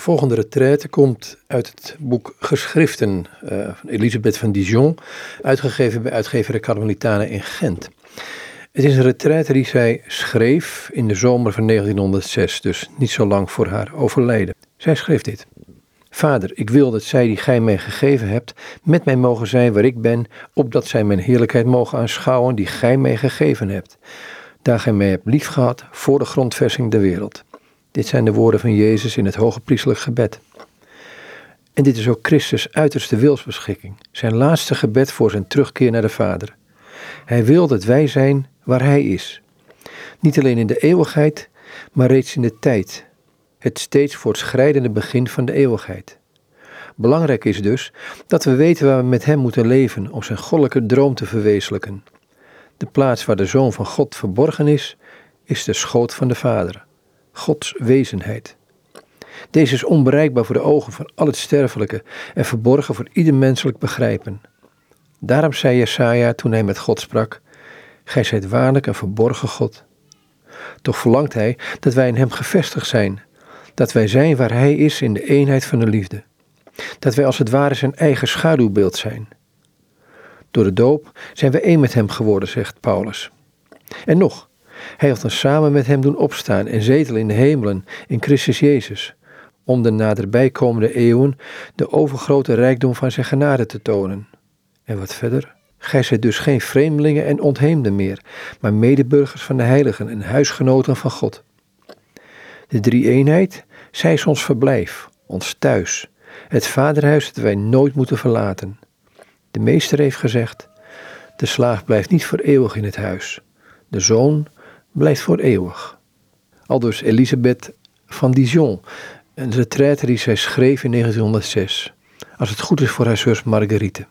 volgende retraite komt uit het boek Geschriften van Elisabeth van Dijon, uitgegeven bij uitgeverij Carmelitanen in Gent. Het is een retraite die zij schreef in de zomer van 1906, dus niet zo lang voor haar overlijden. Zij schreef dit: Vader, ik wil dat zij die gij mij gegeven hebt, met mij mogen zijn waar ik ben, opdat zij mijn heerlijkheid mogen aanschouwen die gij mij gegeven hebt, daar gij mij hebt liefgehad voor de grondvesting der wereld. Dit zijn de woorden van Jezus in het hogepriestelijk gebed. En dit is ook Christus' uiterste wilsbeschikking, zijn laatste gebed voor zijn terugkeer naar de Vader. Hij wil dat wij zijn waar hij is. Niet alleen in de eeuwigheid, maar reeds in de tijd. Het steeds voortschrijdende begin van de eeuwigheid. Belangrijk is dus dat we weten waar we met hem moeten leven om zijn goddelijke droom te verwezenlijken. De plaats waar de Zoon van God verborgen is de schoot van de Vader. Gods wezenheid. Deze is onbereikbaar voor de ogen van al het sterfelijke en verborgen voor ieder menselijk begrijpen. Daarom zei Jesaja toen hij met God sprak: Gij zijt waarlijk een verborgen God. Toch verlangt hij dat wij in hem gevestigd zijn, dat wij zijn waar hij is in de eenheid van de liefde. Dat wij als het ware zijn eigen schaduwbeeld zijn. Door de doop zijn we één met hem geworden, zegt Paulus. En nog, hij heeft ons samen met hem doen opstaan en zetelen in de hemelen in Christus Jezus, om de naderbij komende eeuwen de overgrote rijkdom van zijn genade te tonen. En wat verder? Gij zijt dus geen vreemdelingen en ontheemden meer, maar medeburgers van de heiligen en huisgenoten van God. De drie-eenheid, zij is ons verblijf, ons thuis, het vaderhuis dat wij nooit moeten verlaten. De meester heeft gezegd: de slaaf blijft niet voor eeuwig in het huis, de zoon blijft voor eeuwig. Aldus Elisabeth van Dijon, een retraite die zij schreef in 1906, als het goed is voor haar zus Marguerite.